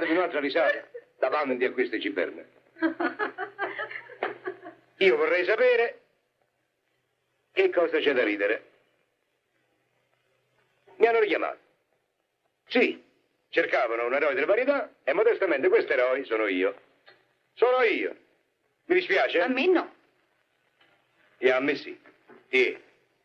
di un'altra risata davanti a queste ciberne. Io vorrei sapere che cosa c'è da ridere. Mi hanno richiamato. Sì, cercavano un eroe delle varietà e modestamente questo eroe sono io. Sono io. Mi dispiace? A me no. E a me sì. E.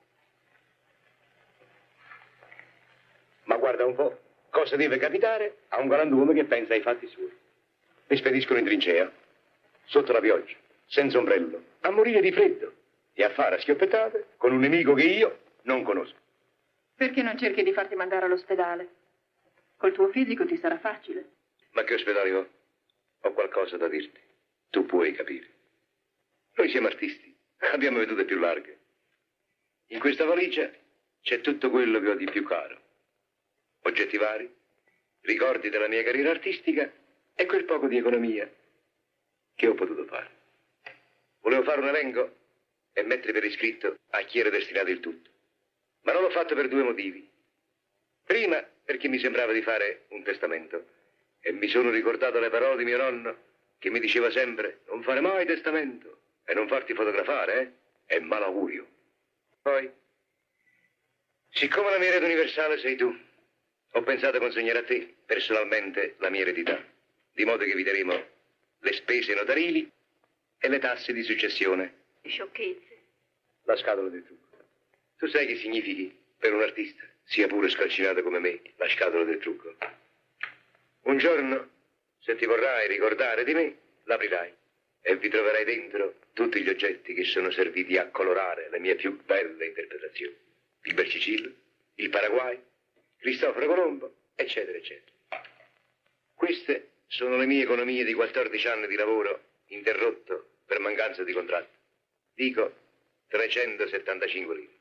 Ma guarda un po', cosa deve capitare a un galantuomo che pensa ai fatti suoi. Mi spediscono in trincea, sotto la pioggia, senza ombrello, a morire di freddo e a fare schioppettate con un nemico che io non conosco. Perché non cerchi di farti mandare all'ospedale? Col tuo fisico ti sarà facile. Ma che ospedale ho? Ho qualcosa da dirti. Tu puoi capire. Noi siamo artisti, abbiamo vedute più larghe. In questa valigia c'è tutto quello che ho di più caro. Oggetti vari, ricordi della mia carriera artistica e quel poco di economia che ho potuto fare. Volevo fare un elenco e mettere per iscritto a chi era destinato il tutto. Ma non l'ho fatto per due motivi. Prima, perché mi sembrava di fare un testamento. E mi sono ricordato le parole di mio nonno, che mi diceva sempre: non fare mai testamento e non farti fotografare, è malaugurio. Poi, siccome la mia erede universale sei tu, ho pensato a consegnare a te, personalmente, la mia eredità, di modo che eviteremo le spese notarili e le tasse di successione. Sciocchezze. La scatola del trucco. Tu sai che significhi per un artista, sia pure scalcinato come me, la scatola del trucco? Un giorno, se ti vorrai ricordare di me, l'aprirai e vi troverai dentro tutti gli oggetti che sono serviti a colorare le mie più belle interpretazioni. Il Bercicillo, il Paraguay, Cristoforo Colombo, eccetera, eccetera. Queste sono le mie economie di 14 anni di lavoro interrotto per mancanza di contratto. Dico 375 lire.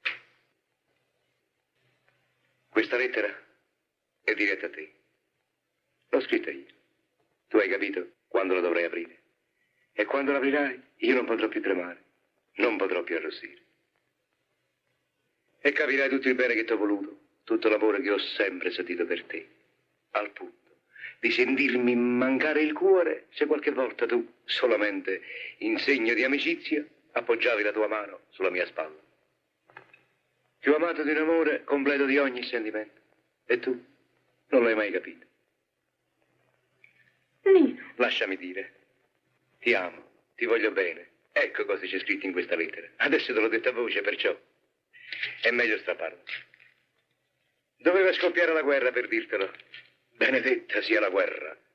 Questa lettera è diretta a te. L'ho scritta io. Tu hai capito quando la dovrei aprire. E quando l'aprirai, io non potrò più tremare, non potrò più arrossire. E capirai tutto il bene che ti ho voluto, tutto l'amore che ho sempre sentito per te, al punto di sentirmi mancare il cuore se qualche volta tu, solamente in segno di amicizia, appoggiavi la tua mano sulla mia spalla. Più amato di un amore completo di ogni sentimento. E tu non l'hai mai capito. Nino. Lasciami dire. Ti amo, ti voglio bene. Ecco cosa c'è scritto in questa lettera. Adesso te l'ho detto a voce, perciò è meglio strapparla. Doveva scoppiare la guerra per dirtelo. Benedetta sia la guerra